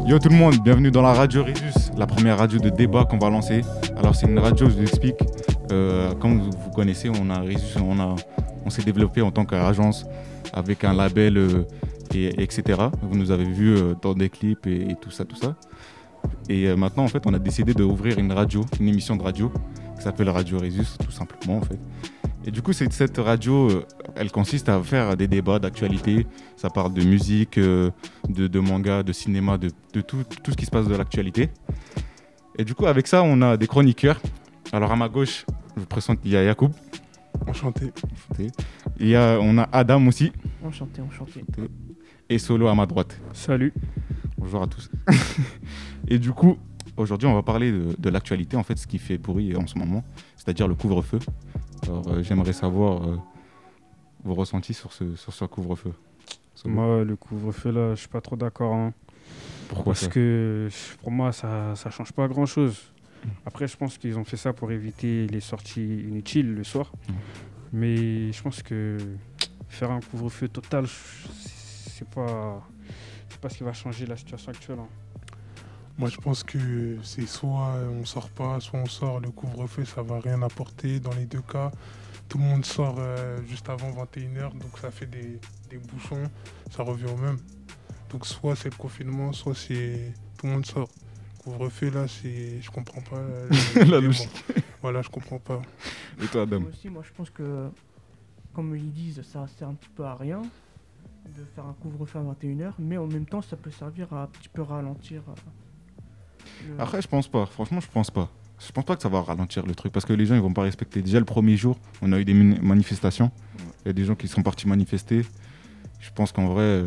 Yo tout le monde, bienvenue dans la radio Rhésus, la première radio de débat qu'on va lancer. Alors c'est une radio, je vous explique, comme vous connaissez, on a Rhésus, on s'est développé en tant qu'agence avec un label etc. Vous nous avez vu dans des clips et tout ça. Et maintenant en fait on a décidé d'ouvrir une radio, une émission de radio qui s'appelle Radio Rhésus tout simplement en fait. Et du coup cette radio, elle consiste à faire des débats d'actualité. Ça parle de musique, de manga, de cinéma, de tout ce qui se passe de l'actualité. Et du coup avec ça on a des chroniqueurs. Alors à ma gauche, je vous présente, il y a Yacoub. Enchanté. On a Adam aussi. Enchanté. Et Solo à ma droite. Salut. Bonjour à tous. Et du coup, aujourd'hui, on va parler de l'actualité, en fait, ce qui fait bruit en ce moment, c'est-à-dire le couvre-feu. Alors, j'aimerais savoir vos ressentis sur ce couvre-feu. Solo. Moi, le couvre-feu, là, je suis pas trop d'accord. Hein. Pourquoi Parce ça que pour moi, ça change pas grand-chose. Après, je pense qu'ils ont fait ça pour éviter les sorties inutiles le soir. Mais je pense que faire un couvre-feu total, c'est pas ce qui va changer la situation actuelle. Hein. Moi, je pense que c'est soit on sort pas, soit on sort. Le couvre-feu, ça va rien apporter. Dans les deux cas, tout le monde sort juste avant 21h, donc ça fait des bouchons. Ça revient au même. Donc soit c'est le confinement, soit c'est tout le monde sort. Couvre-feu, là, je comprends pas. La logique. Voilà, je comprends pas. Et toi, Adam? Moi je pense que, comme ils disent, ça sert un petit peu à rien de faire un couvre-feu à 21h, mais en même temps ça peut servir à un petit peu ralentir. Après, je pense pas. Franchement, je pense pas. Je pense pas que ça va ralentir le truc parce que les gens ils vont pas respecter. Déjà le premier jour, on a eu des manifestations. Il y a des gens qui sont partis manifester. Je pense qu'en vrai,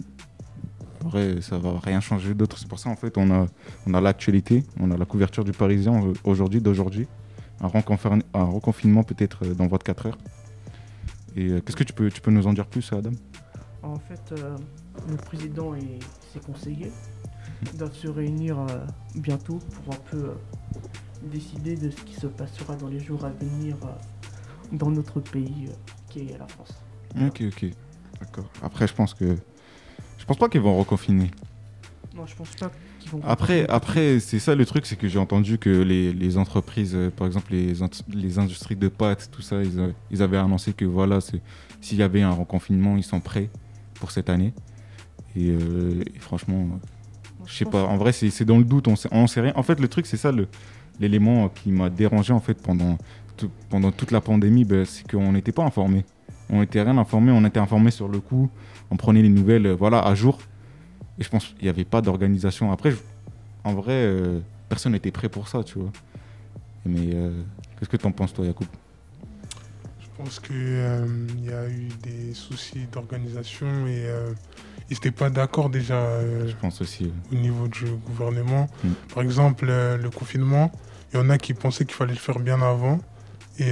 ça va rien changer d'autre. C'est pour ça en fait, on a l'actualité, on a la couverture du Parisien d'aujourd'hui. Un reconfinement peut-être dans 24 heures. Et qu'est-ce que tu peux nous en dire plus, Adam? En fait, le président et ses conseillers doivent se réunir bientôt pour un peu décider de ce qui se passera dans les jours à venir dans notre pays qui est la France. Ok, d'accord. Après, je pense pas qu'ils vont reconfiner. Non, je pense pas qu'ils vont. Après, c'est ça le truc, c'est que j'ai entendu que les entreprises, par exemple les industries de pâtes, tout ça, ils avaient annoncé que voilà, s'il y avait un reconfinement, ils sont prêts pour cette année. Et franchement, je sais pas. En vrai, c'est dans le doute, on sait rien. En fait, le truc, c'est ça l'élément qui m'a dérangé en fait pendant toute la pandémie, c'est qu'on n'était pas informés. On n'était rien informés, on était informés sur le coup, on prenait les nouvelles à jour. Et je pense qu'il n'y avait pas d'organisation. Après, en vrai, personne n'était prêt pour ça, tu vois. Mais qu'est-ce que tu en penses, toi, Yacoub? Je pense qu'il y a eu des soucis d'organisation et ils n'étaient pas d'accord déjà je pense aussi, au niveau du gouvernement. Par exemple, le confinement, il y en a qui pensaient qu'il fallait le faire bien avant. Et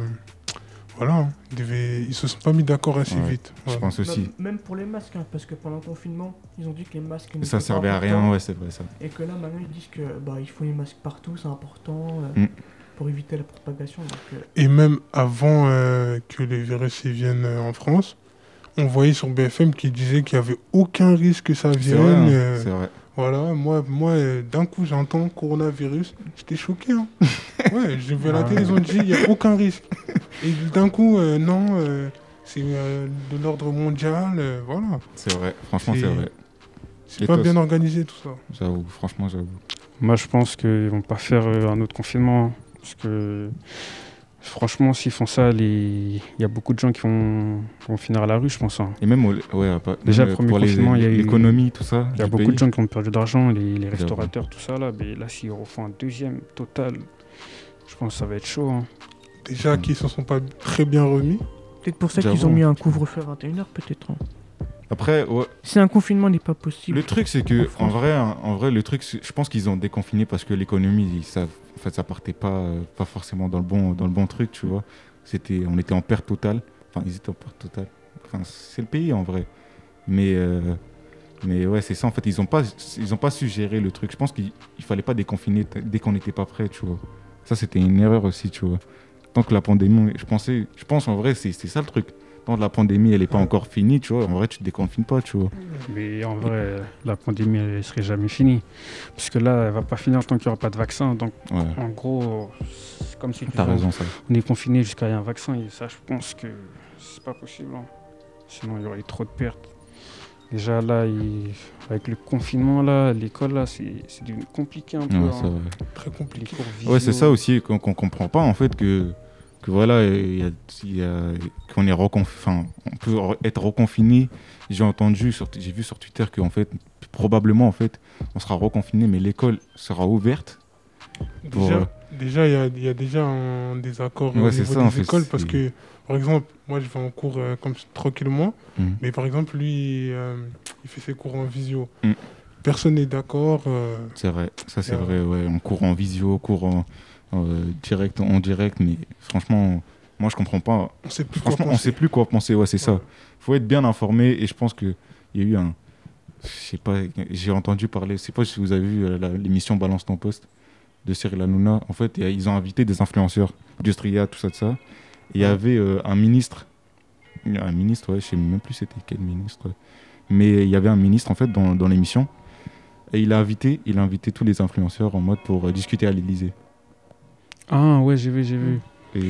voilà, ils se sont pas mis d'accord assez vite. Je pense aussi. Même pour les masques, hein, parce que pendant le confinement, ils ont dit que les masques n'étaient ça pas servait à rien, ouais, c'est vrai ça. Et que là, maintenant, ils disent que il faut les masques partout, c'est important pour éviter la propagation. Donc, Et même avant que les virus viennent en France, on voyait sur BFM qu'ils disaient qu'il n'y avait aucun risque que ça vienne. C'est vrai. Voilà, moi d'un coup, j'entends coronavirus, j'étais choqué. Hein. Ouais, j'ai vu à la télé, ils ont dit il n'y a aucun risque. Et d'un coup, non, c'est de l'ordre mondial, voilà. C'est vrai, franchement, c'est vrai. C'est pas bien organisé tout ça. J'avoue. Moi, je pense qu'ils vont pas faire un autre confinement. Hein, parce que, franchement, s'ils font ça, il y a beaucoup de gens qui vont finir à la rue, je pense. Hein. Et même, déjà, le premier confinement, il y a eu l'économie, tout ça. Il y a beaucoup de gens qui ont perdu de l'argent, les restaurateurs, tout ça. Là, mais là, s'ils refont un deuxième total, je pense que ça va être chaud. Hein. Déjà qu'ils ne se sont pas très bien remis. Peut-être pour ça qu'ils ont mis un couvre-feu à 21h, peut-être. Hein. Après, si un confinement n'est pas possible. Le truc, c'est que, en vrai, le truc, je pense qu'ils ont déconfiné parce que l'économie, ça partait pas forcément dans le bon truc, tu vois. On était en perte totale. Enfin, ils étaient en perte totale. Enfin, c'est le pays, en vrai. Mais ouais, c'est ça, en fait. Ils ont pas su gérer le truc. Je pense qu'il fallait pas déconfiner dès qu'on n'était pas prêt, tu vois. Ça, c'était une erreur aussi, tu vois. Tant que la pandémie, je pense, en vrai, c'est ça le truc. tant que la pandémie, elle n'est pas encore finie, tu vois, en vrai, tu te déconfines pas, tu vois. Mais en vrai, la pandémie, elle serait jamais finie. Parce que là, elle va pas finir tant qu'il n'y aura pas de vaccin. Donc, Ouais, en gros, c'est comme si tu t'as disais, raison, ça. on est confiné jusqu'à y a un vaccin. Et ça, je pense que c'est pas possible. Hein. Sinon, il y aurait trop de pertes. Déjà, là, avec le confinement, là, l'école, là, c'est devenu compliqué un peu. Ouais, hein. c'est vrai. Très Les compliqué. cours Ouais, c'est visio. ça aussi qu'on comprend pas, en fait, que voilà, qu'on est enfin, on peut être reconfiné. J'ai vu sur Twitter qu'en fait, probablement, en fait, on sera reconfiné, mais l'école sera ouverte. Pour, Déjà, il y a déjà un désaccord Ouais, au c'est niveau ça, en des fait, écoles parce c'est- que, par exemple, moi, je vais en cours tranquillement, Mhm. mais par exemple, lui, il fait ses cours en visio. Mm. Personne n'est d'accord. C'est vrai, ça c'est Yeah. vrai, ouais. On court en visio, direct, en direct, mais franchement, moi je comprends pas. On sait plus quoi Franchement, on penser. sait plus quoi penser, ouais, c'est ça. Ouais. Faut être bien informé et je pense qu'il y a eu je sais pas, j'ai entendu parler, je sais pas si vous avez vu l'émission Balance ton poste de Cyril Hanouna. En fait, ils ont invité des influenceurs, Justria, tout ça, de ça. Et il y avait un ministre, ouais, je sais même plus c'était quel ministre, mais il y avait un ministre en fait dans l'émission. Et il a invité tous les influenceurs en mode pour discuter à l'Élysée. Ah ouais, j'ai vu. Et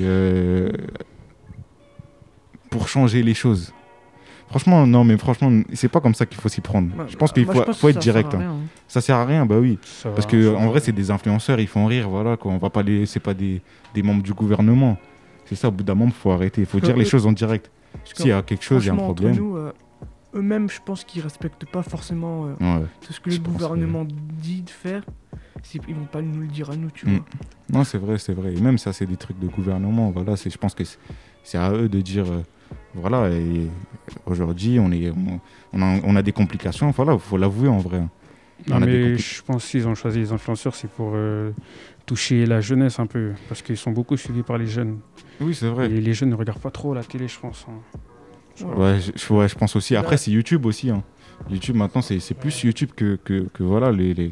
pour changer les choses. Franchement, non, mais franchement, c'est pas comme ça qu'il faut s'y prendre. Bah, Je pense qu'il moi, faut, je pense faut que être ça sert direct. à Hein. rien, hein. Ça sert à rien, bah oui. Ça Parce va, que ça en va. vrai, c'est des influenceurs, ils font rire, voilà, quoi. On va pas c'est pas des membres du gouvernement. C'est ça, au bout d'un moment, faut arrêter. Il faut Parce dire que les eux- choses en direct. Parce que, S'il y a quelque chose, il y a un franchement, entre problème. nous, eux-mêmes, je pense qu'ils respectent pas forcément Ouais. tout ce que le Je pense, gouvernement dit de faire. Ils vont pas nous le dire à nous, tu Mm. vois. Non, c'est vrai, c'est vrai. Et même ça, c'est des trucs de gouvernement. Voilà, je pense que c'est à eux de dire, voilà, et aujourd'hui, on a des complications. Voilà, il faut l'avouer en vrai. Non, On a des mais compli- je pense qu'ils ont choisi les influenceurs, c'est pour toucher la jeunesse un peu. Parce qu'ils sont beaucoup suivis par les jeunes. Oui, c'est vrai. Et les jeunes ne regardent pas trop la télé, je pense. Hein. Ouais, je pense aussi. Après, Là- c'est YouTube aussi. Hein. YouTube, maintenant, c'est plus YouTube que voilà,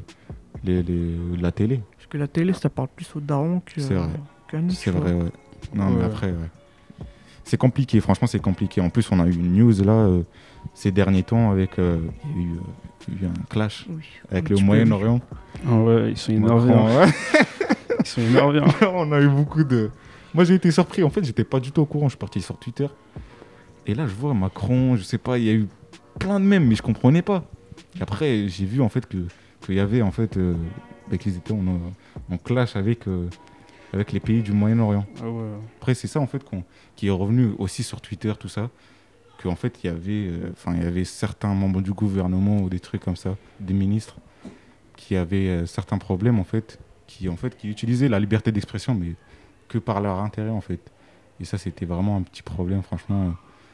la télé. Parce que la télé, ça parle plus aux darons C'est vrai. qu'à nous, C'est tu vois. vrai, ouais. Non, mais Ouais. après, ouais. C'est compliqué, franchement, c'est compliqué. En plus, on a eu une news là, ces derniers temps, avec. Il y a eu un clash Oui, avec un le petit peu, Moyen-Orient. Ah ouais, ils sont énervés. Macron, hein. ouais. Ils sont énervés. Hein. On a eu beaucoup de. Moi, j'ai été surpris. En fait, j'étais pas du tout au courant. Je suis parti sur Twitter. Et là, je vois Macron, je sais pas, il y a eu plein de mèmes, mais je comprenais pas. Et après, j'ai vu en fait qu'il y avait en fait. Qu'ils étaient en clash avec les pays du Moyen-Orient. Ah ouais. Après, c'est ça en fait qui est revenu aussi sur Twitter, tout ça. Qu'en fait, il y avait certains membres du gouvernement ou des trucs comme ça, des ministres, qui avaient certains problèmes en fait, qui utilisaient la liberté d'expression, mais que par leur intérêt en fait. Et ça, c'était vraiment un petit problème, franchement.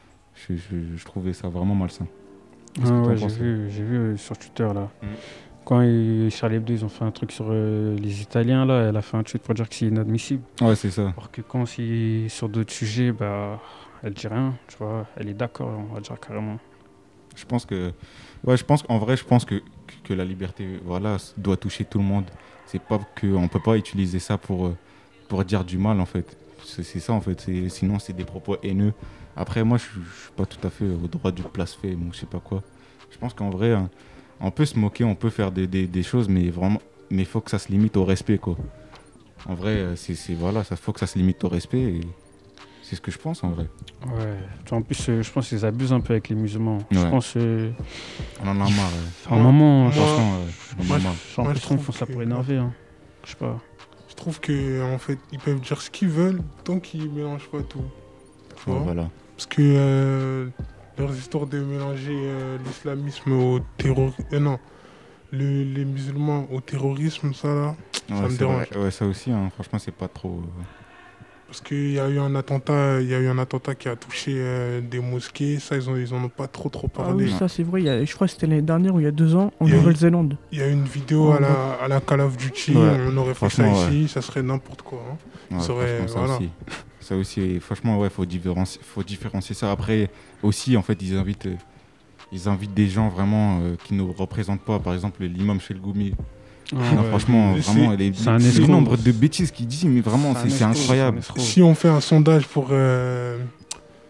Je trouvais ça vraiment malsain. Qu'est-ce que Ah t'en ouais, penses, j'ai vu sur Twitter là. Mm. Quand Charlie Hebdo, ils ont fait un truc sur les Italiens là, elle a fait un tweet pour dire que c'est inadmissible. Ouais, c'est ça. Alors que quand c'est sur d'autres sujets, bah, elle dit rien, tu vois. Elle est d'accord, on va dire carrément. Je pense que, ouais, je pense que la liberté, voilà, doit toucher tout le monde. C'est pas on peut pas utiliser ça pour dire du mal en fait. C'est ça en fait. Sinon c'est des propos haineux. Après moi je suis pas tout à fait au droit du blasphème ou je sais pas quoi. Je pense qu'en vrai, hein, on peut se moquer, on peut faire des choses, mais vraiment, mais faut que ça se limite au respect quoi. En vrai, voilà, ça faut que ça se limite au respect. Et c'est ce que je pense en vrai. Ouais. Tu vois, en plus, je pense qu'ils abusent un peu avec les musulmans. Je Ouais. pense On en a marre. à un moment, Moi- Franchement, on en moi, a marre. j'ai l'impression je qu'ils font trouve ça que- pour énerver. Hein. Je sais pas. Je trouve que en fait, ils peuvent dire ce qu'ils veulent tant qu'ils mélangent pas tout. Tu Ouais, vois. voilà. Parce que leurs histoires de mélanger l'islamisme au terrorisme, non, les musulmans au terrorisme, ça là, Ouais, me c'est dérange. vrai. Ouais, ça aussi, hein, franchement, c'est pas trop. parce qu'il y a eu un attentat qui a touché des mosquées, ça ils en ont pas trop Ah parlé. oui, ça c'est vrai. Je crois que c'était l'année dernière ou il y a 2 ans en Il y a eu- Nouvelle-Zélande. Il y a une vidéo Oh, à la Call of Duty, Ouais, on aurait fait ça franchement, ici, ça serait n'importe quoi. Hein. Ouais, Ça aurait- franchement, voilà. Ça aussi, et franchement, ouais, faut différencier ça. Après, aussi, en fait, ils invitent des gens vraiment qui ne représentent pas. Par exemple, l'imam Chelgoumi. Ah Non, ouais. franchement, mais vraiment, c'est un le escroc. nombre de bêtises qu'il dit, mais vraiment, c'est incroyable. Si on fait un sondage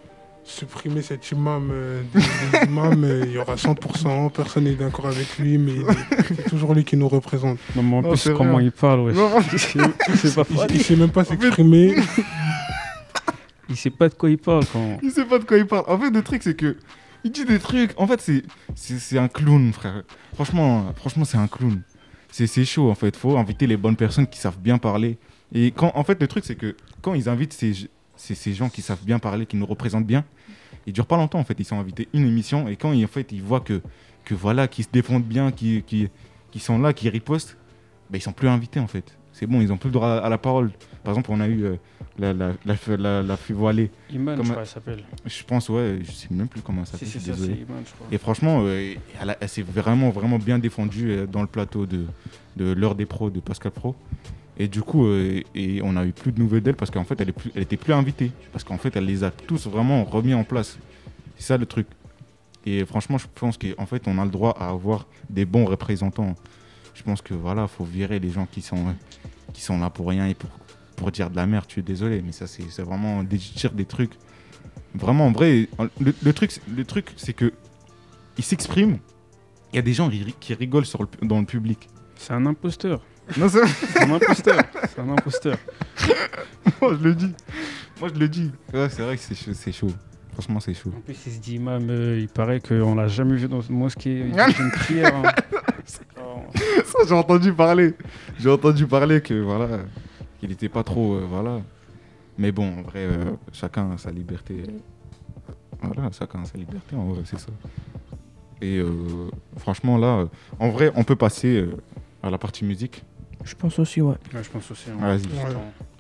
supprimer cet imam des imams, il y aura 100%, personne n'est d'accord avec lui, mais c'est toujours lui qui nous représente. Non, mais en Non, plus, c'est comment vrai. il parle, ouais. Non. C'est pas Il sait même pas s'exprimer. Il sait pas de quoi il parle quand. Il sait pas de quoi il parle. En fait, le truc, c'est que il dit des trucs. En fait, c'est un clown, frère. Franchement, c'est un clown. C'est chaud, en fait. Faut inviter les bonnes personnes qui savent bien parler. Et en fait, le truc, c'est que quand ils invitent ces gens qui savent bien parler, qui nous représentent bien, ils durent pas longtemps, en fait. Ils sont invités une émission. Et quand en fait, ils voient que voilà, qu'ils se défendent bien, qui sont là, qui ripostent, ben, ils sont plus invités, en fait. C'est bon, ils ont plus le droit à la parole. Par exemple, on a eu la fille voilée. Iman, Comme- je crois, elle s'appelle. Je pense, ouais, je sais même plus comment ça Si, s'appelle, c'est je suis ça, c'est désolé. Iman, je crois. Et franchement, elle s'est vraiment bien défendue dans le plateau de l'heure des pros de Pascal Pro. Et du coup, et on a eu plus de nouvelles d'elle parce qu'en fait, elle était plus invitée. Parce qu'en fait, elle les a tous vraiment remis en place. C'est ça le truc. Et franchement, je pense qu'en fait, on a le droit à avoir des bons représentants. Je pense que voilà, faut virer les gens qui sont là pour rien et pour dire de la merde. Je suis désolé, mais ça, c'est vraiment dire des trucs. Vraiment, en vrai, le truc, c'est que il s'exprime. Il y a des gens qui rigolent dans le public. C'est un imposteur. Non, c'est C'est un imposteur. C'est un imposteur. moi, je le dis. Ouais, c'est vrai que c'est chaud. Franchement, c'est chaud. En plus, il se dit, imam, il paraît qu'on l'a jamais vu dans une mosquée. Il fait une prière. Hein. Oh. Ça, j'ai entendu parler. Que voilà, qu'il n'était pas trop, voilà. Mais bon, en vrai, chacun a sa liberté. Voilà, chacun a sa liberté, en vrai, c'est ça. Et franchement, là, en vrai, on peut passer à la partie musique. Je pense aussi, ouais. Ouais, je pense aussi. Hein. Vas-y. Ouais.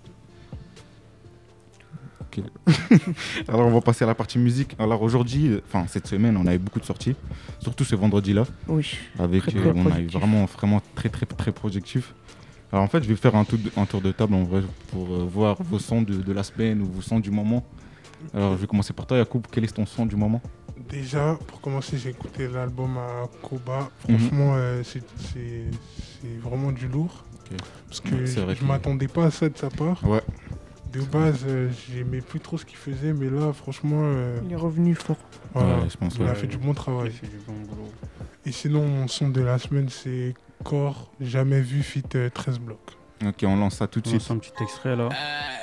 Alors, on va passer à la partie musique. Alors, aujourd'hui, enfin, cette semaine, on a eu beaucoup de sorties. Surtout ce vendredi-là. Oui. Avec, Très on a eu productif. vraiment très productif. Alors en fait, je vais faire un tour de table en vrai pour voir vos sons de la semaine ou vos sons du moment. Alors je vais commencer par toi, Yacoub. Quel est ton son du moment? Déjà, pour commencer, j'ai écouté l'album à Koba. Mhm. Franchement, c'est vraiment du lourd. Ok. Parce que C'est vrai je que- m'attendais pas à ça de sa part. Ouais. De base, j'aimais plus trop ce qu'il faisait, mais là, franchement, Il est revenu fort. voilà, Ouais, je pense, il a ouais. fait du bon Il travail. fait du bon boulot. Et sinon, mon son de la semaine, c'est Corps, jamais vu, fit 13 blocs. Ok, on lance ça tout de On suite. lance un petit extrait là.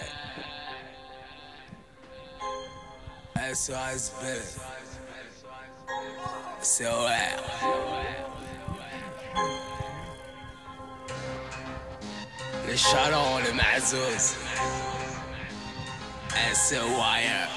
SOSB COR Les chalons, les mazous SOYR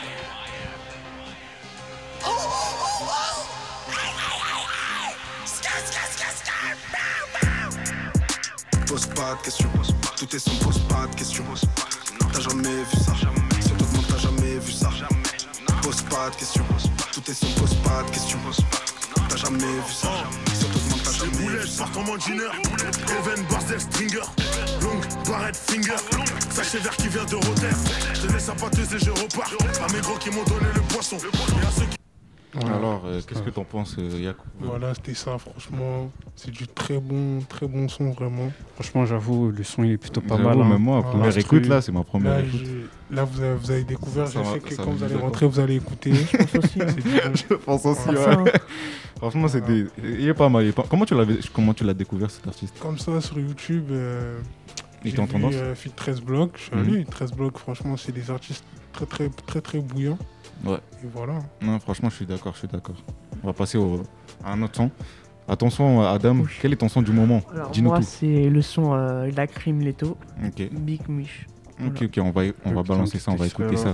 Pose pas de questions, tout est son pose pas de questions. T'as jamais vu ça, sur tout le monde t'as jamais vu ça. Pose pas de questions, tout est son pose pas de questions. T'as jamais vu ça, sur tout le monde t'as jamais vu ça. Sort en mandineur, Even Barzel Stringer, Long Barrett Finger, sachet vert qui vient de Rotter. Je te laisse à pâteuse et je repars. À mes gros qui m'ont donné le poisson. Et à ceux qui... Voilà. Alors, qu'est-ce que t'en penses, Yacoub? Voilà, c'était ça, franchement. C'est du très bon son, vraiment. Franchement, j'avoue, le son il est plutôt pas J'avoue, mal. Hein. même moi, Ah, première l'instru. écoute, là, c'est ma première Là, écoute. vous avez découvert, Ça je va- sais que ça quand va vous allez mieux, rentrer, vous allez écouter. Je pense aussi. Hein. C'est du bon. Je pense aussi, C'est ouais. ça, hein. Franchement, il est pas mal. Comment tu l'as découvert, cet artiste? Comme ça, sur YouTube, Il j'ai était en vu tendance? Fit 13 blocs. Je suis allé, 13 blocs, franchement, c'est des artistes très bouillants. Ouais. Et voilà. Non, franchement, je suis d'accord. On va passer à un autre son. Attention, Adam, Oui. quel est ton son du moment? Alors, Dis-nous moi, tout. c'est le son La Crime Leto, Ok, Big Mish. ok, on va Putain, balancer ça, on va petit écouter extrait, ça.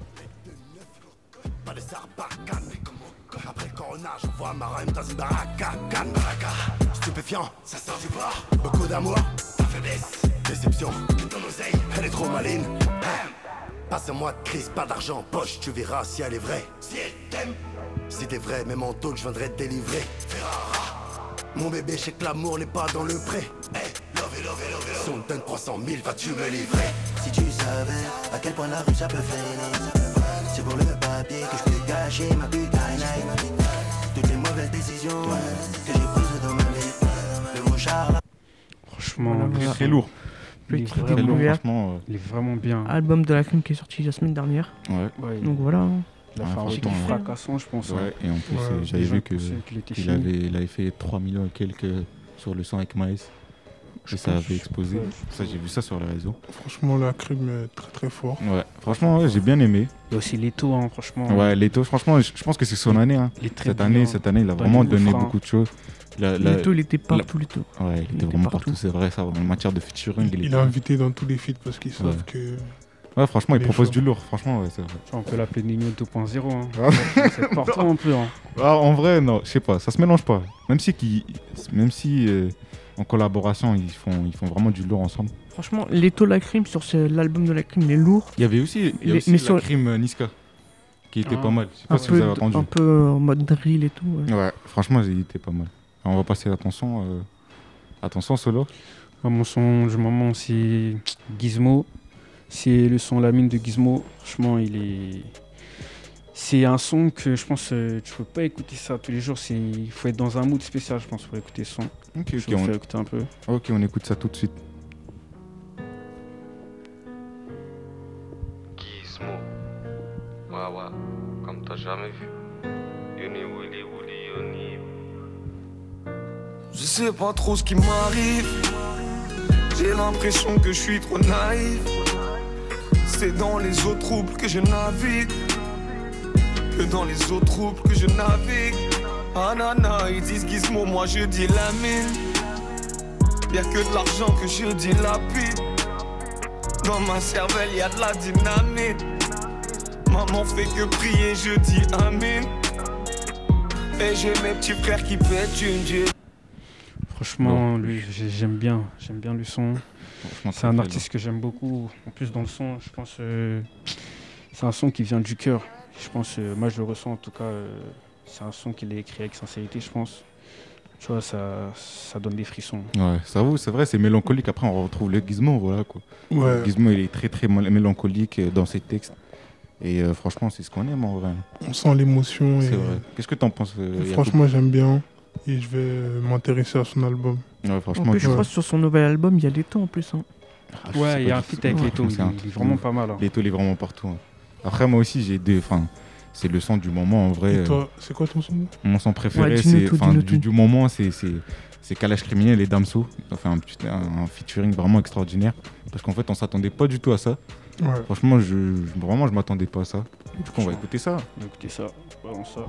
Pas de sarbacane. Après Corona, je vois ma reine dans une baraka. Stupéfiant, ça sort du bar. Beaucoup d'amour, ta faiblesse. Déception, ton oseille, elle est trop maline. Passe-moi de crise, pas d'argent en poche, tu verras si elle est vraie. Si elle t'aime, si t'es vrai, même en tôle, je viendrai te délivrer. Ferrara. Mon bébé, je sais que l'amour n'est pas dans le pré. Hey, love it. Si on te donne 300 000, vas-tu me livrer? Si tu savais à quel point la rue ça peut freiner. C'est pour le papier que je peux gâcher ma putain life. Toutes les mauvaises décisions que j'ai prises dans ma vie. Le mouchard là. Franchement, Voilà, il est voilà. Très lourd, Il est Petite vraiment, très lourd, découverte. franchement. il est vraiment bien. Album de La Crime qui est sorti la semaine dernière. Ouais. Ouais, Donc voilà. Hein. Il a fait un franchement, retour ouais. fracassant, je pense. Ouais, et en plus, Ouais, j'avais Les gens vu que pensaient qu'il était il fini. avait fait 3 millions et quelques sur le son avec Maes. Et ça avait explosé. Ouais. Ça, j'ai vu ça sur les réseaux. Franchement, la crime est très très fort. Ouais, franchement, ouais, j'ai bien aimé. Il y a aussi Leto, hein, franchement. Ouais, Leto, franchement, je pense que c'est son année. Hein. Il est très Cette année, il a Dans vraiment du donné refrain. beaucoup de choses. Leto, il était partout, Leto. Ouais, il Il était était vraiment partout. partout, c'est vrai, ça. En matière de featuring, Il était- est invité dans tous les feats parce qu'ils savent Ouais. que. Ouais, franchement, il Les propose choses. du lourd. Franchement, ouais, c'est vrai. On peut l'appeler Nino 2.0. Hein. Ah. C'est partout un peu. Hein. Ah, en vrai, non, je sais pas, ça se mélange pas. Même si en collaboration, ils font vraiment du lourd ensemble. Franchement, Leto, la crime, sur l'album de la crime, il est lourd. Il y avait aussi, Mais la sur- crime Niska, qui était Ah. pas mal. Je sais Un pas si vous avez peu, entendu. un peu en mode drill et tout. Ouais. Ouais, franchement, il était pas mal. Alors, on va passer à ton son. Attention, solo. Moi, mon son du moment, c'est Gizmo. C'est le son La Mine de Gizmo. Franchement, c'est un son que je pense tu peux pas écouter ça tous les jours. Il faut être dans un mood spécial, je pense, pour écouter ce son. Ok, Je vais vous faire écouter un peu. ok, on écoute ça tout de suite. Gizmo. Ouais, ouais, comme t'as jamais vu. Yoni, Willy, Willy, Yoni. Je sais pas trop ce qui m'arrive. J'ai l'impression que je suis trop naïf. C'est dans les eaux troubles que je navigue. Que dans les eaux troubles que je navigue. Ah nana, ils disent Gizmo, moi je dis la mine. Y'a que de l'argent que je dilapide. Dans ma cervelle y'a de la dynamite. Maman fait que prier, je dis amen. Et j'ai mes petits frères qui pètent une Dieu. Franchement, lui, j'aime bien le son. Franchement, C'est un très artiste que j'aime beaucoup. En plus, dans le son, je pense c'est un son qui vient du cœur. Je pense, moi je le ressens en tout cas, c'est un son qu'il a écrit avec sincérité, je pense. Tu vois, ça donne des frissons. Ouais, ça vaut, c'est vrai, c'est mélancolique. Après, on retrouve le Gizmo, voilà quoi. Ouais. Gizmo, il est très très mélancolique dans ses textes. Et franchement, c'est ce qu'on aime en vrai. On sent l'émotion. C'est Et vrai. Qu'est-ce que t'en penses Yacoub? franchement, j'aime bien. Et je vais m'intéresser à son album. Ouais, En franchement, plus, je ouais. crois que sur son nouvel album, il y a Leto en plus. Hein. je sais Ouais, il y pas a un du tout. feat avec Ouais, Leto, c'est un il est vraiment pas mal. Hein. Leto, il est vraiment partout. Hein. Après, moi aussi, j'ai deux. Enfin, c'est le son du moment en vrai. Et toi, c'est quoi ton son? Mon son préféré, Ouais, dis-nous c'est, tout, enfin, dis-nous du tout. moment, c'est Kalash Criminel et Damso. Ils ont fait un featuring vraiment extraordinaire. Parce qu'en fait, on s'attendait pas du tout à ça. Ouais. Franchement, vraiment, je m'attendais pas à ça. Du coup, on va écouter ça. Écoutez ça, balance ça.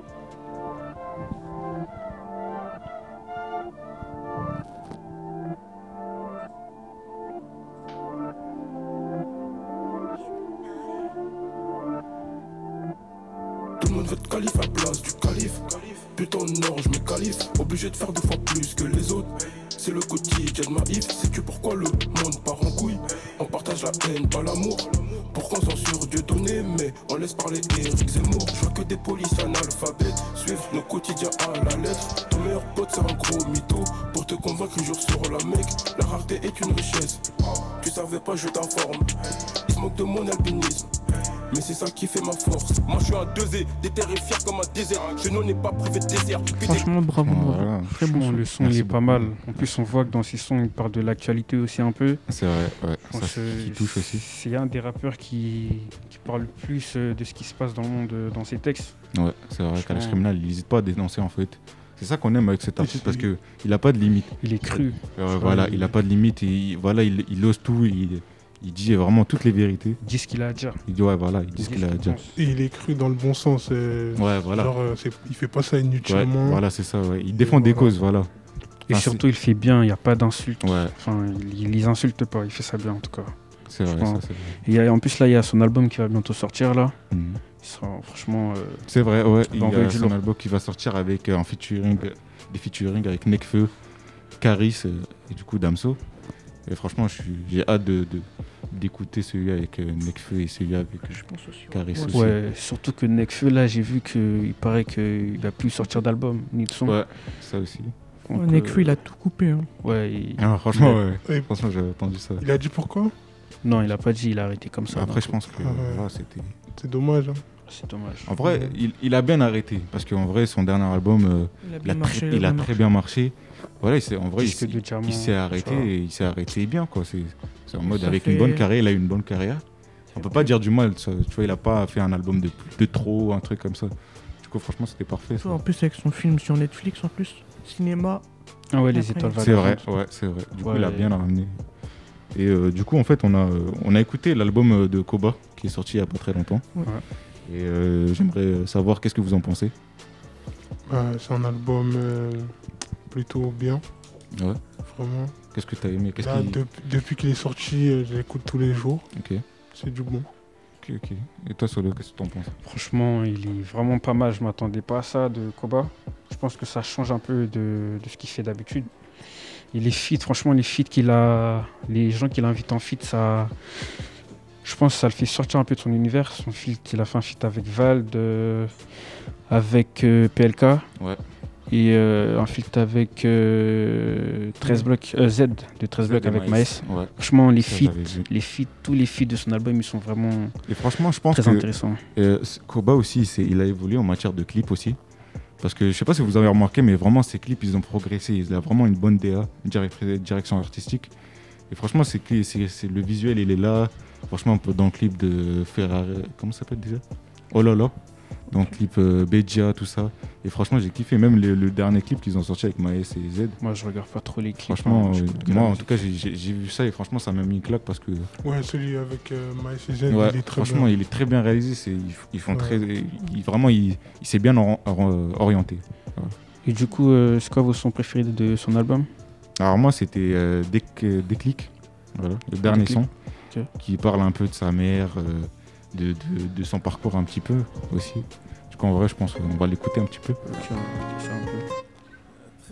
Tout le monde veut être calife à la place du calife. Putain non, je me qualifie. Obligé de faire 2 fois plus que les autres. C'est le quotidien de ma if. Sais-tu pourquoi le monde part en couille? On partage la haine, pas l'amour. Pourquoi on censure Dieu donné, mais on laisse parler Eric Zemmour. Je vois que des policiers analphabètes suivent nos quotidiens à la lettre. Ton meilleur pote c'est un gros mytho. Pour te convaincre un jour sur la mec. La rareté est une richesse. Tu savais pas, je t'informe. Ils se moquent de mon albinisme. Mais c'est ça qui fait ma force. Moi je suis un 2E, déter et fier comme un désert. Je n'en ai pas privé de désert. Franchement, bravo, bravo. Voilà. Très bon Franchement, son. le son Merci il est pas mal. En plus, on voit que dans ses sons, il parle de l'actualité aussi un peu. C'est vrai, ouais. Je pense Ça, que qui touche aussi. C'est un des rappeurs qui parle le plus de ce qui se passe dans le monde dans ses textes. Ouais, c'est vrai. Franchement. Kalash Criminel, il n'hésite pas à dénoncer en fait. C'est ça qu'on aime avec cet artiste c'est- parce qu'il n'a pas de limite. Il est cru. Voilà, il n'a pas de limite et voilà, il ose tout. Il dit vraiment toutes les vérités. Il dit ce qu'il a à dire. Il dit ouais, voilà, il dit ce qu'il a à dire. pense. Et il est cru dans le bon sens. Ouais, voilà. Genre, il fait pas ça Ouais, inutilement. voilà, c'est ça. Ouais. Il défend des voilà. causes, voilà. Et Enfin, surtout, il fait bien, il n'y a pas d'insultes. Ouais, Enfin, il les insulte pas, il fait ça bien en tout cas. c'est vrai, Franchement. ça, c'est vrai. Et en plus, là, il y a son album qui va bientôt sortir là. Mhm. Il sera franchement. C'est vrai, ouais. Il y envoyer a du son lourd. album qui va sortir avec un featuring, des featuring avec Nekfeu, Caris et du coup Damso. Et franchement, j'ai hâte d'écouter celui avec Nekfeu et celui avec Je pense aussi. Caris Ouais. aussi. Ouais, surtout que Nekfeu, là, j'ai vu qu'il paraît qu'il va plus sortir d'album ni de son. Ouais, ça aussi. Donc, Nekfeu, il a tout coupé. Hein. Ouais, Ah, franchement, ouais. Ouais. Franchement, j'avais entendu ça. Il a dit pourquoi? non, il a pas dit, il a arrêté comme ça. Après, d'un je coup. pense que Ah ouais. voilà, c'était. C'est dommage. Hein. C'est dommage. En vrai, il a bien arrêté parce qu'en vrai, son dernier album, il a très bien marché. Voilà, en vrai, Disque de diamant, il s'est arrêté tu vois. et il s'est arrêté bien quoi. C'est en mode Ça avec fait- une bonne carrière, il a eu une bonne carrière. On peut pas dire du mal, ça. Tu vois, il a pas fait un album de trop, un truc comme ça. Du coup, franchement, c'était parfait. Ça. En plus, avec son film sur Netflix, en plus, cinéma. Ah ouais, les Après, étoiles C'est vagabondes. vrai, ouais, c'est vrai. Du coup, Ouais. il a bien ramené. Et du coup, en fait, on a écouté l'album de Koba, qui est sorti il y a pas très longtemps. Ouais. Et j'aimerais savoir qu'est-ce que vous en pensez. C'est un album plutôt bien, Ouais. vraiment. Qu'est-ce que t'as aimé? Là, depuis qu'il est sorti, je l'écoute tous les jours. Ok. C'est du bon. Ok. Et toi, Solo, qu'est-ce que t'en penses? Franchement, il est vraiment pas mal. Je m'attendais pas à ça de Koba. Je pense que ça change un peu de ce qu'il fait d'habitude. Et les feats, franchement, les feats qu'il a, les gens qu'il invite en feat, ça, je pense que ça le fait sortir un peu de son univers. Son feat, il a fait un feat avec Vald, avec PLK. Ouais. Et un feat avec 13 blocs, Z de 13 blocs avec Maes. Ouais. Franchement, Ça, j'avais vu. tous les feats de son album, ils sont vraiment Et franchement, je pense très que intéressants. Koba aussi, il a évolué en matière de clips aussi. Parce que je sais pas si vous avez remarqué, mais vraiment ses clips, ils ont progressé. Il a vraiment une bonne DA, une direction artistique. Et franchement, le visuel, il est là. Franchement, un peu dans le clip de Ferrari, comment ça s'appelle déjà? Oh là là. Dans le clip Bedia, tout ça. Et franchement, j'ai kiffé. Même le dernier clip qu'ils ont sorti avec Maes et Z. Moi, je regarde pas trop les clips. Franchement, j'écoute que la moi, en musique. tout cas, j'ai vu ça et franchement, ça m'a mis une claque parce que. Ouais, celui avec Maes et Z, Ouais, il est très franchement, bien. il est très bien réalisé. Ils font Ouais. vraiment, il s'est bien orienté. Voilà. Et du coup, c'est quoi vos sons préférés de son album? Alors moi, c'était Déclic, voilà, le dernier Déclic. son, Ok. qui parle un peu de sa mère, de son parcours un petit peu aussi. Du coup, en vrai, je pense qu'on va l'écouter un petit peu. Ok, on va écouter ça un peu.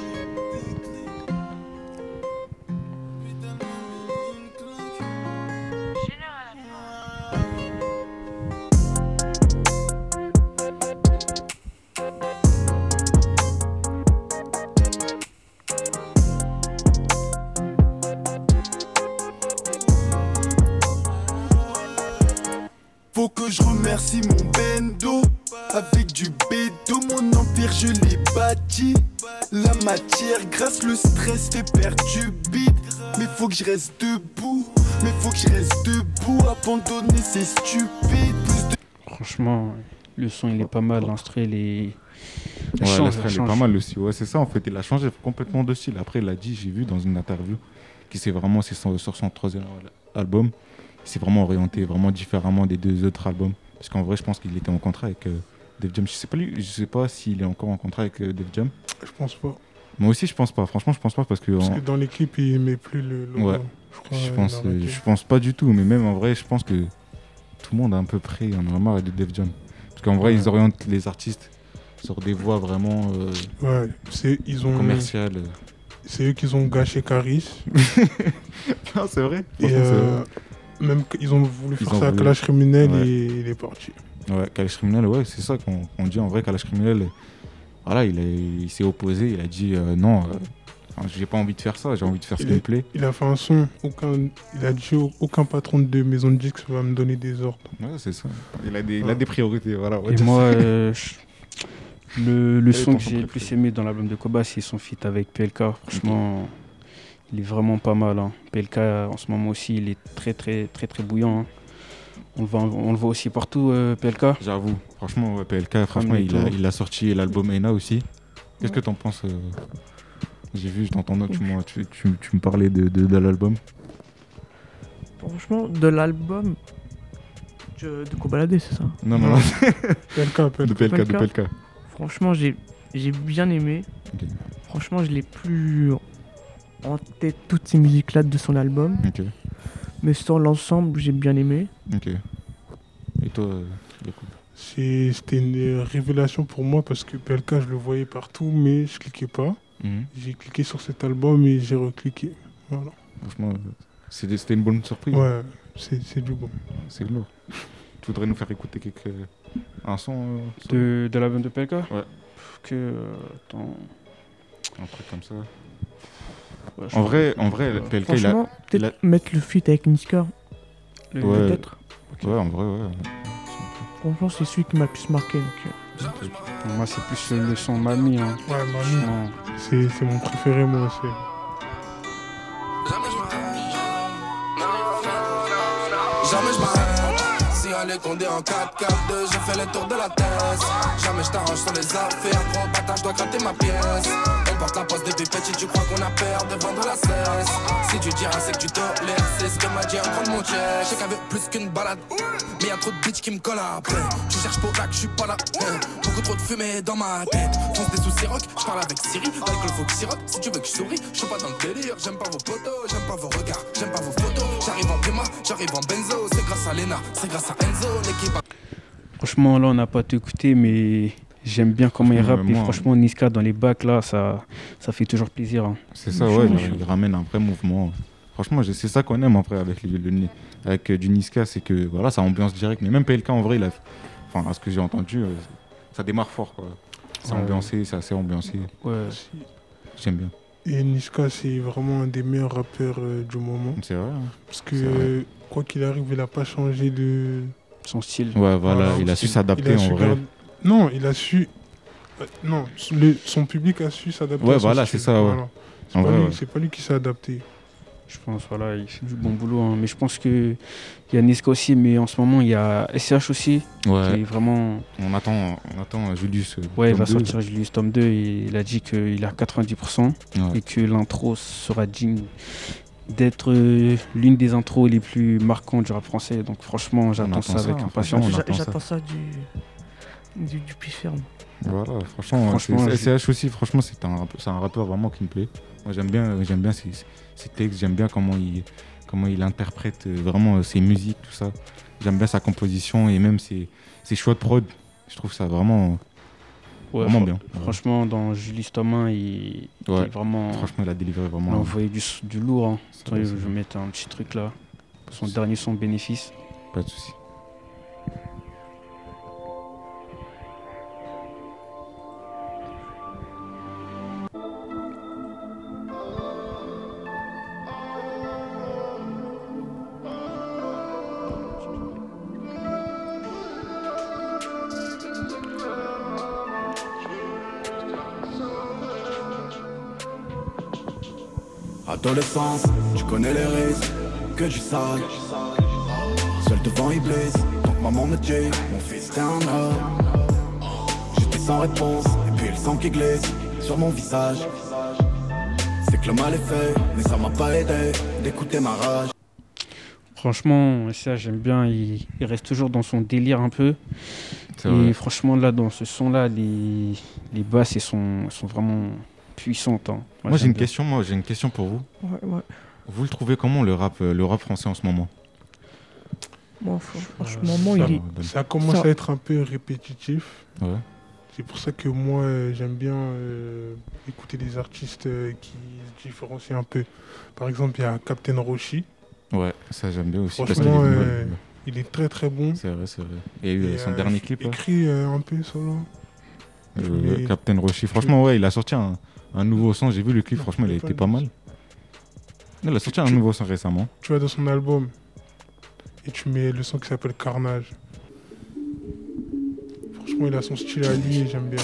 Faut que je remercie mon bendo. Avec du bédo, mon empire je l'ai bâti. La matière grasse, le stress fait perdre du beat. Mais faut que je reste debout. Mais faut que je reste debout. Abandonner c'est stupide. Franchement, le son il est pas mal, l'instru il est. Ouais, l'Astral est pas mal aussi. Ouais, c'est ça en fait. Il a changé complètement de style. Après, il a dit, j'ai vu dans une interview, qu'il s'est vraiment, sur son troisième album, il s'est vraiment orienté vraiment différemment des deux autres albums. Parce qu'en vrai, je pense qu'il était en contrat avec Def Jam. Je sais pas s'il est encore en contrat avec Def Jam. Je pense pas. Moi aussi, je pense pas. Franchement, je pense pas parce que. Parce que dans l'équipe, il met plus le logo. Ouais. Je crois, Je pense pas du tout. Mais même en vrai, je pense que tout le monde a un peu près. On en a marre de Def Jam. Parce qu'en vrai, ils orientent les artistes sur des voies vraiment ouais, commerciales. C'est eux qui ont gâché Caris. Non, c'est vrai. Et même qu'ils ont voulu faire ça à Kalash Criminel et il est parti. Ouais, Kalash Criminel, ouais, c'est ça qu'on dit en vrai. Kalash Criminel, voilà, il s'est opposé. Il a dit non, j'ai pas envie de faire ça, j'ai envie de faire ce qui me plaît. Il a fait un son, il a dit aucun patron de maison de disques va me donner des ordres. Ouais, c'est ça. Il a des priorités, voilà. Et moi, le son que j'ai le plus aimé dans l'album de Koba, c'est son feat avec PLK. Franchement, il est vraiment pas mal. Hein. PLK, en ce moment aussi, il est très, très, très, très bouillant. Hein. On le voit aussi partout, PLK. J'avoue, franchement, ouais, PLK, franchement, il a sorti l'album Ena aussi. Qu'est-ce que t'en penses J'ai vu, je t'entendais, tu me parlais de l'album. Franchement, de l'album de Kobalade, c'est ça? Non. De PLK. Franchement, j'ai bien aimé. Okay. Franchement, je l'ai plus en tête toutes ces musiques-là de son album. Okay. Mais sur l'ensemble, j'ai bien aimé. Ok. Et toi, Yacoub? C'était une révélation pour moi parce que PLK, je le voyais partout, mais je cliquais pas. J'ai cliqué sur cet album et j'ai recliqué. Voilà. Franchement, c'était une bonne surprise. Ouais, c'est du bon. C'est lourd. Tu voudrais nous faire écouter un son de l'album de PLK? Ouais. Attends. Un truc comme ça. Ouais, en vrai, PLK, franchement, peut-être mettre le feat avec Niska. Ouais. Peut-être. Okay. Ouais, en vrai, ouais. Franchement, c'est celui qui m'a le plus marqué. Donc, Pour moi, c'est plus le son Mami. Hein. Ouais, Mami. C'est mon préféré, moi aussi. Jamais je m'arrête. dans les condés en 4-4-2, j'ai fait le tour de la thèse. Jamais je t'arrange sur les affaires, gros bâtard, je dois gratter ma pièce. On porte la poste depuis petit, tu crois qu'on a peur de vendre la cesse. Si tu diras c'est que tu tolères, c'est ce que m'a dit un grand de mon chef. Je sais qu'elle veut plus qu'une balade, mais y'a trop de bitch qui me collent après. Tu cherches pour là que je suis pas là, beaucoup trop de fumée dans ma tête. Fonce des soucis rock, je parle avec Siri, alcool faut que sirote. Si tu veux que je souris, je suis pas dans le délire. J'aime pas vos potos, j'aime pas vos regards, j'aime pas vos photos. J'arrive en Puma, j'arrive en Benzo, c'est grâce à Lena, c'est grâce à Enzo, l'équipe. Franchement, là, on n'a pas tout écouté, mais j'aime bien comment il rappe. Et franchement, Niska dans les bacs, là, ça fait toujours plaisir. Hein. C'est ça, ouais, il ramène un vrai mouvement. Franchement, c'est ça qu'on aime après avec du Niska, c'est que voilà, ça ambiance direct. Mais même PLK, en vrai, à ce que j'ai entendu, ça démarre fort, quoi. C'est ambiancé, c'est assez ambiancé. Ouais. J'aime bien. Et Niska, c'est vraiment un des meilleurs rappeurs du moment. C'est vrai. Hein. Parce que, quoi qu'il arrive, il n'a pas changé de... son style. Ouais, voilà, il a su s'adapter en vrai. Non, il a su... non, son public a su s'adapter. Ouais, voilà, c'est ça. Ouais. Voilà. C'est pas lui qui s'est adapté. Je pense, voilà, il fait du bon boulot. Hein. Mais je pense qu'il y a Niska aussi, mais en ce moment, il y a SCH aussi. Ouais. Qui est vraiment... On attend Julius. Ouais, il va sortir Julius tome 2 et il a dit qu'il a 90% et que l'intro sera digne d'être l'une des intros les plus marquantes du rap français. Donc franchement, j'attends ça avec impatience. J'attends ça du puits ferme. Voilà, franchement SCH aussi, franchement, c'est un rappeur vraiment qui me plaît. Moi, j'aime bien ses textes, j'aime bien comment il interprète vraiment ses musiques, tout ça. J'aime bien sa composition et même ses choix de prod. Je trouve ça vraiment bien. Franchement, dans Julius tome 1, il est vraiment... Franchement, il a délivré vraiment... Il a envoyé du lourd. Hein. Attendez, je vais mettre un petit truc là. Pour son dernier son Bénéfice. Pas de soucis. Adolescence, tu connais les risques, que du sale. Seul devant Iblis, donc maman me dit, mon fils t'es un homme. J'étais sans réponse, et puis le sang qui glisse sur mon visage. C'est que le mal est fait, mais ça m'a pas aidé d'écouter ma rage. Franchement, ça j'aime bien, il reste toujours dans son délire un peu. C'est et vrai. Franchement, là, dans ce son-là, les basses, elles sont vraiment puissantes. Hein. Moi j'ai une question pour vous. Ouais. Vous le trouvez comment le rap français en ce moment? Moi, franchement, ça commence à être un peu répétitif. Ouais. C'est pour ça que moi, j'aime bien écouter des artistes qui se différencient un peu. Par exemple, il y a Captain Roshi. Ouais, ça j'aime bien aussi. Franchement, il est très très bon. C'est vrai. Il y a eu son dernier clip. Écrit un peu solo. Captain Roshi. Franchement, ouais, il a sorti un nouveau son. J'ai vu le clip, franchement, il a été pas mal. Il a sorti un nouveau son récemment. Tu vas dans son album et tu mets le son qui s'appelle Carnage. Franchement, il a son style à lui et j'aime bien.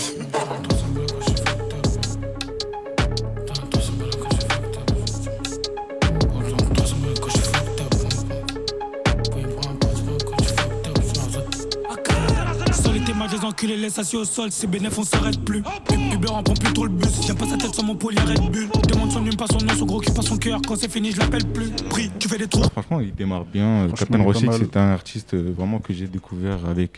Les enculés laissent assis au sol, c'est bénéf, on s'arrête plus. Uber en prend plus trop le bus, j'aime pas sa tête sans mon poly Red Bull. Demande son nume, pas son nom, son gros qui pas son cœur. Quand c'est fini, je l'appelle plus. Prix, tu fais des trous. Franchement, il démarre bien. Captain Roshi, c'est un artiste vraiment que j'ai découvert avec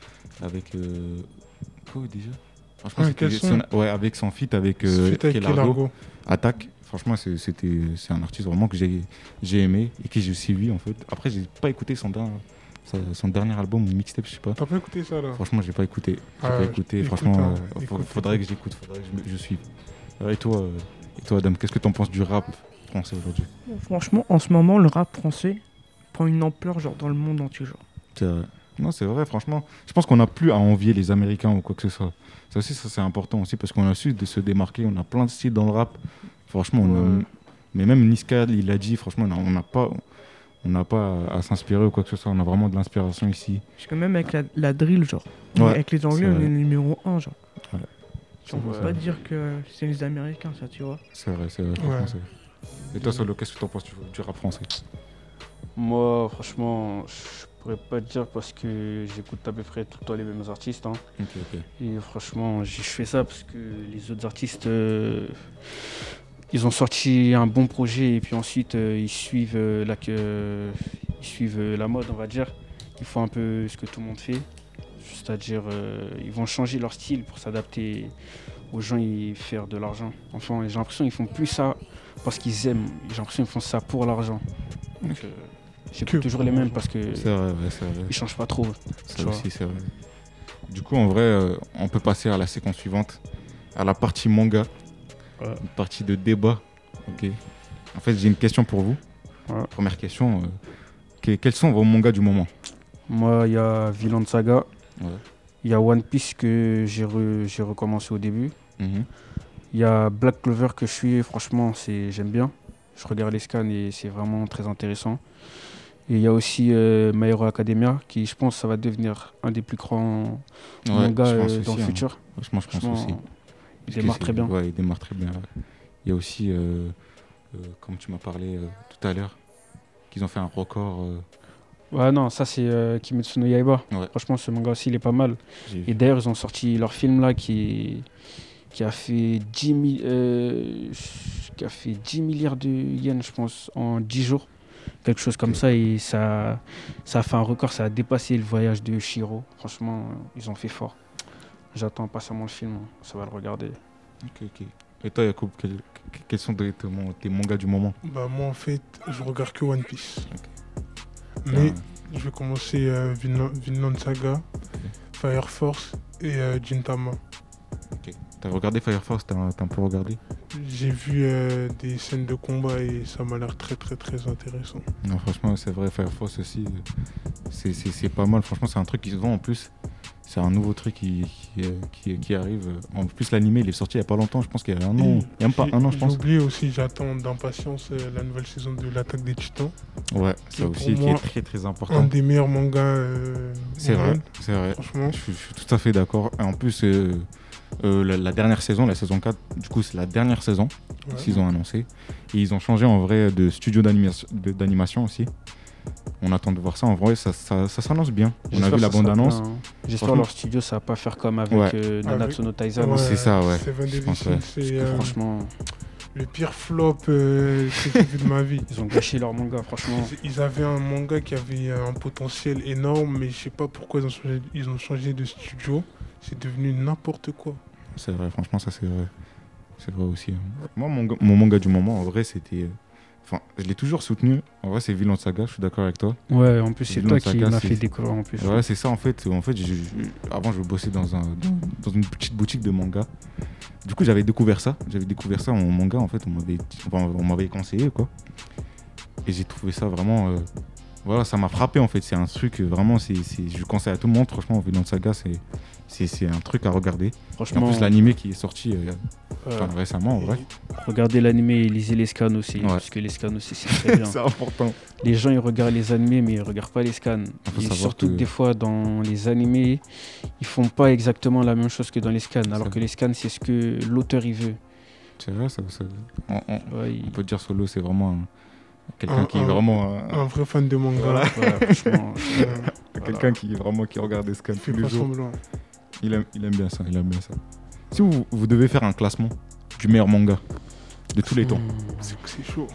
quoi déjà? Franchement, avec son feat avec Kelargo. Attaque. Franchement, c'est un artiste vraiment que j'ai aimé et que j'ai suivi en fait. Après, j'ai pas écouté son dernier album ou mixtape, je sais pas. T'as pas écouté ça là? Franchement, j'ai pas écouté. Franchement, faudrait que j'écoute, je suive. Et toi, Adam, qu'est-ce que t'en penses du rap français aujourd'hui? Franchement, en ce moment, le rap français prend une ampleur genre dans le monde entier. Genre. C'est vrai. Non, c'est vrai, franchement. Je pense qu'on n'a plus à envier les Américains ou quoi que ce soit. Ça aussi, c'est important aussi parce qu'on a su de se démarquer. On a plein de styles dans le rap. Franchement, mais même Niska, il a dit, franchement, on n'a pas à s'inspirer ou quoi que ce soit. On a vraiment de l'inspiration ici. Parce que même avec la drill, genre. Ouais, avec les Anglais, on est le numéro 1, genre. Ouais. On peut pas dire que c'est les Américains, ça, tu vois. C'est vrai. Et toi, Solo, qu'est-ce que tu en penses du rap français? Moi, franchement, je suis pourrais pas te dire parce que j'écoute à peu près tout le temps les mêmes artistes. Hein. Ok. Et franchement, je fais ça parce que les autres artistes, ils ont sorti un bon projet et puis ensuite ils suivent la mode, on va dire. Ils font un peu ce que tout le monde fait. C'est-à-dire, ils vont changer leur style pour s'adapter aux gens et faire de l'argent. Enfin, j'ai l'impression qu'ils font plus ça parce qu'ils aiment. J'ai l'impression qu'ils font ça pour l'argent. Donc, j'écoute toujours les mêmes parce que c'est vrai. ils changent pas trop. Ça aussi, c'est vrai. Du coup, en vrai, on peut passer à la séquence suivante, à la partie manga, une partie de débat. Ok. En fait, j'ai une question pour vous. Première question, quels sont vos mangas du moment? Moi, il y a Vinland Saga. Ouais. Il y a One Piece que j'ai recommencé au début. Il y a Black Clover que je suis, franchement, j'aime bien. Je regarde les scans et c'est vraiment très intéressant. Et il y a aussi My Hero Academia qui, je pense, ça va devenir un des plus grands mangas dans le futur. Franchement, je pense aussi. Il démarre très bien. Ouais, il démarre très bien. Il y a aussi, comme tu m'as parlé tout à l'heure, qu'ils ont fait un record. Ouais, non, ça c'est Kimetsu no Yaiba. Ouais. Franchement, ce manga aussi, il est pas mal. Et d'ailleurs, ils ont sorti leur film là qui a fait 10 milliards de yens, je pense, en 10 jours. Quelque chose comme ça. Et ça a fait un record, ça a dépassé le voyage de Shiro. Franchement, ils ont fait fort. J'attends impatiemment le film, ça va le regarder. Ok. Et toi, Yacoub, quels sont tes mangas du moment? Bah, moi, en fait, je regarde que One Piece. Mais je vais commencer Vinland Saga, Fire Force et Gintama. Ok. T'as regardé Fire Force? T'as un peu regardé? J'ai vu des scènes de combat et ça m'a l'air très intéressant. Non, franchement, c'est vrai, Fire Force aussi, c'est pas mal. Franchement, c'est un truc qui se vend en plus. C'est un nouveau truc qui arrive. En plus, l'animé, il est sorti il n'y a pas longtemps. Je pense qu'il y a un an. Il n'y a même pas un an, je pense. J'ai oublié aussi, j'attends d'impatience la nouvelle saison de l'Attaque des Titans. Ouais, ça aussi, qui est très important. Un des meilleurs mangas. C'est vrai. Franchement. Je suis tout à fait d'accord. Et en plus, la dernière saison, la saison 4, du coup, c'est la dernière saison qu'ils ont annoncé. Et ils ont changé en vrai de studio d'animation aussi. On attend de voir ça. En vrai, ça s'annonce bien. On a vu la bande-annonce. J'espère leur studio, ça va pas faire comme avec Nanatsu no Taizan. Ouais, c'est ça, ouais. C'est franchement... le pire flop que j'ai vu de ma vie. Ils ont gâché leur manga, franchement. Ils avaient un manga qui avait un potentiel énorme, mais je sais pas pourquoi ils ont changé de studio. C'est devenu n'importe quoi. C'est vrai, franchement, ça c'est vrai. C'est vrai aussi. Moi, mon manga du moment, en vrai, c'était... Enfin, je l'ai toujours soutenu. En vrai, c'est Vinland Saga, je suis d'accord avec toi. Ouais, en plus, c'est toi qui m'as fait découvrir en plus. Ouais, c'est ça, en fait. Avant, je bossais dans une petite boutique de manga. Du coup, j'avais découvert ça en manga, en fait. On m'avait conseillé, quoi. Et j'ai trouvé ça vraiment... Voilà, ça m'a frappé, en fait. C'est un truc, vraiment, je conseille à tout le monde. Franchement, Vinland Saga, c'est un truc à regarder. Franchement, et en plus, l'animé qui est sorti récemment, en vrai. Regardez l'animé et lisez les scans aussi, parce que les scans aussi, c'est très bien. C'est important. Les gens, ils regardent les animés, mais ils regardent pas les scans. Et surtout que des fois, dans les animés, ils font pas exactement la même chose que dans les scans, alors que les scans, c'est ce que l'auteur, il veut. C'est vrai, ça. On peut dire Solo, c'est vraiment... Quelqu'un qui est vraiment un vrai fan de manga. Voilà. Franchement, quelqu'un qui regarde des scans tous les jours. Il aime bien ça. Si vous devez faire un classement du meilleur manga de tous les temps. C'est chaud.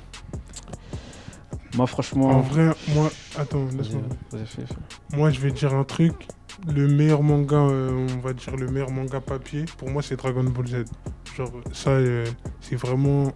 Moi, franchement... En vrai, moi... Attends, laisse-moi. Moi, je vais dire un truc. Le meilleur manga, on va dire le meilleur manga papier, pour moi, c'est Dragon Ball Z. Genre, ça, c'est vraiment...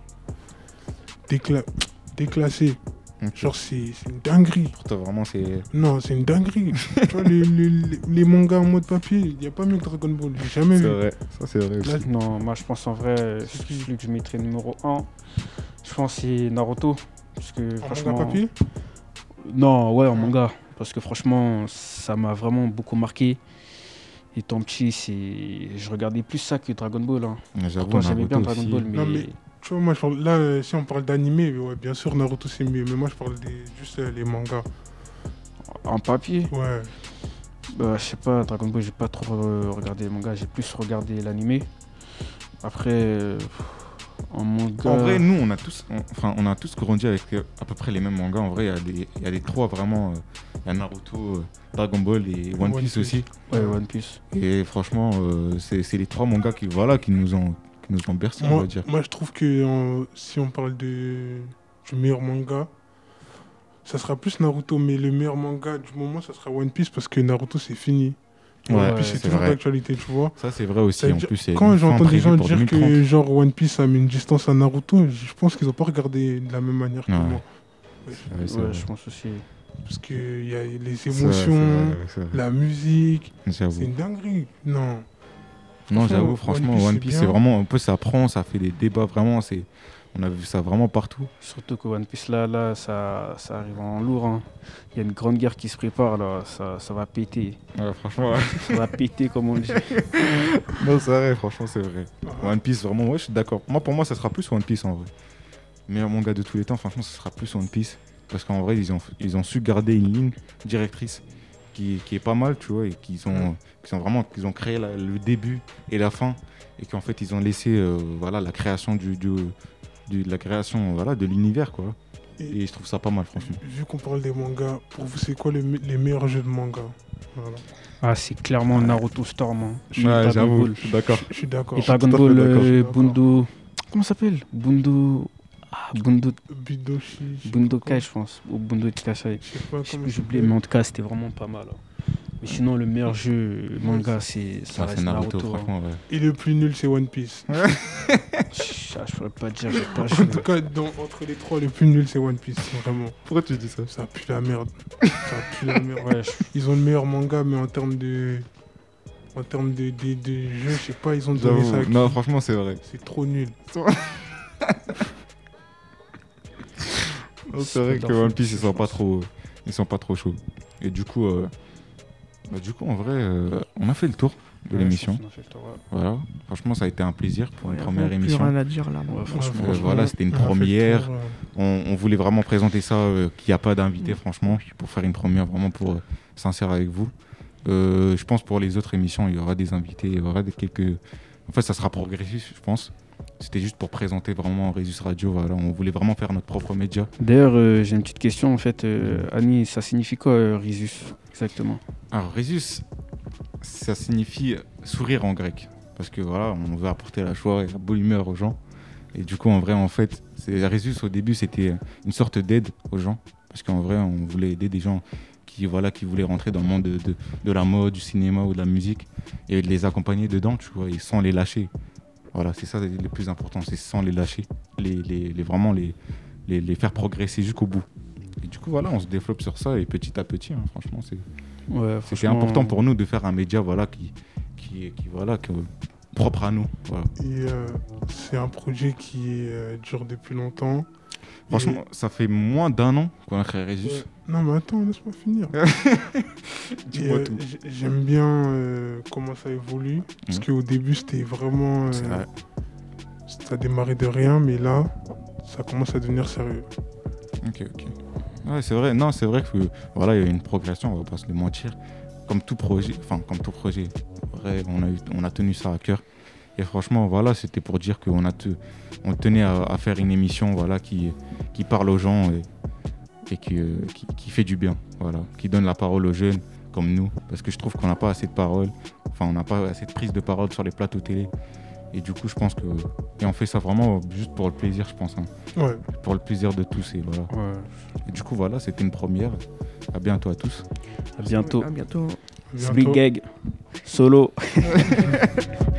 déclassé. Okay. Genre, c'est une dinguerie. Pour toi, vraiment, c'est... Non, c'est une dinguerie. Tu vois, les mangas en mode papier, il n'y a pas mieux que Dragon Ball. J'ai jamais vu. C'est vrai, ça c'est vrai aussi. Là, non, moi, je pense en vrai, celui que je mettrais numéro 1, je pense c'est Naruto. Parce que, franchement... manga papier ? Non, ouais, en manga. Parce que, franchement, ça m'a vraiment beaucoup marqué. Étant petit, je regardais plus ça que Dragon Ball. Hein. Pourtant, j'aimais bien Dragon Ball, mais... Non, mais... Tu vois, moi, là, si on parle d'animé, ouais, bien sûr, Naruto, c'est mieux. Mais moi, je parle juste les mangas. En papier ? Ouais. Je sais pas, Dragon Ball, j'ai pas trop regardé les mangas. J'ai plus regardé l'animé. Après, En manga. En vrai, nous, on a tous grandi avec à peu près les mêmes mangas. En vrai, il y a des trois vraiment. Il y a Naruto, Dragon Ball et One Piece aussi. Ouais, One Piece. Et franchement, c'est les trois mangas qui nous ont bercé, on va dire. Moi, je trouve que si on parle du meilleur manga, ça sera plus Naruto, mais le meilleur manga du moment, ça sera One Piece parce que Naruto, c'est fini. One Piece, c'est toujours d'actualité, tu vois. Ça, c'est vrai aussi. En plus, quand j'entends des gens dire que genre One Piece a mis une distance à Naruto, je pense qu'ils n'ont pas regardé de la même manière que moi. Ouais, je pense aussi. Parce qu'il y a les émotions, la musique, c'est une dinguerie. Non, j'avoue, franchement, One Piece, c'est vraiment un peu, ça prend, ça fait des débats, vraiment, on a vu ça vraiment partout. Surtout que One Piece, là ça arrive en lourd. Hein. Il y a une grande guerre qui se prépare, là, ça va péter. Ouais, franchement, ça va péter, comme on dit. Non, c'est vrai, franchement, c'est vrai. One Piece, vraiment, ouais, je suis d'accord. Pour moi, ça sera plus One Piece, en vrai. Meilleur manga de tous les temps, franchement, ça sera plus One Piece. Parce qu'en vrai, ils ont su garder une ligne directrice qui est pas mal, tu vois, et qu'ils ont créé le début et la fin, et qu'en fait, ils ont laissé la création de l'univers, quoi. Et je trouve ça pas mal, franchement. Vu qu'on parle des mangas, pour vous, c'est quoi les meilleurs jeux de manga? Voilà. Ah, c'est clairement Naruto Storm. Hein. J'avoue, je suis d'accord. Je suis d'accord. Et Dragon Ball Bundu... Comment ça s'appelle? Bundu Kai, je pense, ou Bundu Kasai. J'ai oublié, mais en tout cas, c'était vraiment pas mal. Hein. Mais sinon, le meilleur jeu manga, ça reste Naruto. Franchement, ouais. Et le plus nul, c'est One Piece. Je pourrais pas dire, En tout cas, entre les trois, le plus nul, c'est One Piece, vraiment. Pourquoi tu dis ça? Ça pue la merde. Ouais, ils ont le meilleur manga, mais en termes de jeu, je sais pas, ils ont donné ça. Non, franchement, c'est vrai. C'est trop nul. C'est vrai que One Piece, ils sont pas trop chauds. Et du coup, en vrai, on a fait le tour de l'émission. Voilà, franchement, ça a été un plaisir pour une première émission. Plus rien à dire là. Franchement, voilà, c'était une première. On voulait vraiment présenter ça, qu'il n'y a pas d'invité, franchement, pour faire une première, vraiment pour sincère avec vous. Je pense pour les autres émissions, il y aura des invités, il y aura quelques. En fait, ça sera progressif, je pense. C'était juste pour présenter vraiment Résus Radio. Voilà, on voulait vraiment faire notre propre média. D'ailleurs, j'ai une petite question en fait. Annie, ça signifie quoi Résus exactement? Alors Résus, ça signifie sourire en grec. Parce que voilà, on veut apporter la joie et la bonne humeur aux gens. Et du coup, en vrai, en fait, Résus au début, c'était une sorte d'aide aux gens. Parce qu'en vrai, on voulait aider des gens qui voulaient rentrer dans le monde de la mode, du cinéma ou de la musique. Et de les accompagner dedans, tu vois, et sans les lâcher. Voilà, c'est ça le plus important, c'est sans les lâcher, vraiment les faire progresser jusqu'au bout. Et du coup, voilà, on se développe sur ça et petit à petit, hein, franchement, c'est important pour nous de faire un média qui est propre à nous. Voilà. Et c'est un projet qui dure depuis longtemps. Franchement, ça fait moins d'1 an qu'on a créé Résus. Non, mais attends, laisse-moi finir. Dis-moi tout. J'aime bien comment ça évolue. Parce qu'au début, c'était vraiment. Ça démarrait de rien, mais là, ça commence à devenir sérieux. Ok. Ouais, c'est vrai. Non, c'est vrai que voilà, il y a une progression, on va pas se le mentir. Comme tout projet, vrai, on a tenu ça à cœur. Et franchement, voilà, c'était pour dire qu'on on tenait à faire une émission, voilà, qui parle aux gens et qui fait du bien, voilà, qui donne la parole aux jeunes comme nous, parce que je trouve qu'on n'a pas assez de parole, on n'a pas assez de prise de parole sur les plateaux télé. Et du coup, je pense et on fait ça vraiment juste pour le plaisir, je pense. Hein. Ouais. Pour le plaisir de tous, et voilà. Ouais. Et du coup, voilà, c'était une première. À bientôt à tous. À bientôt. À bientôt. Big Gag. Solo.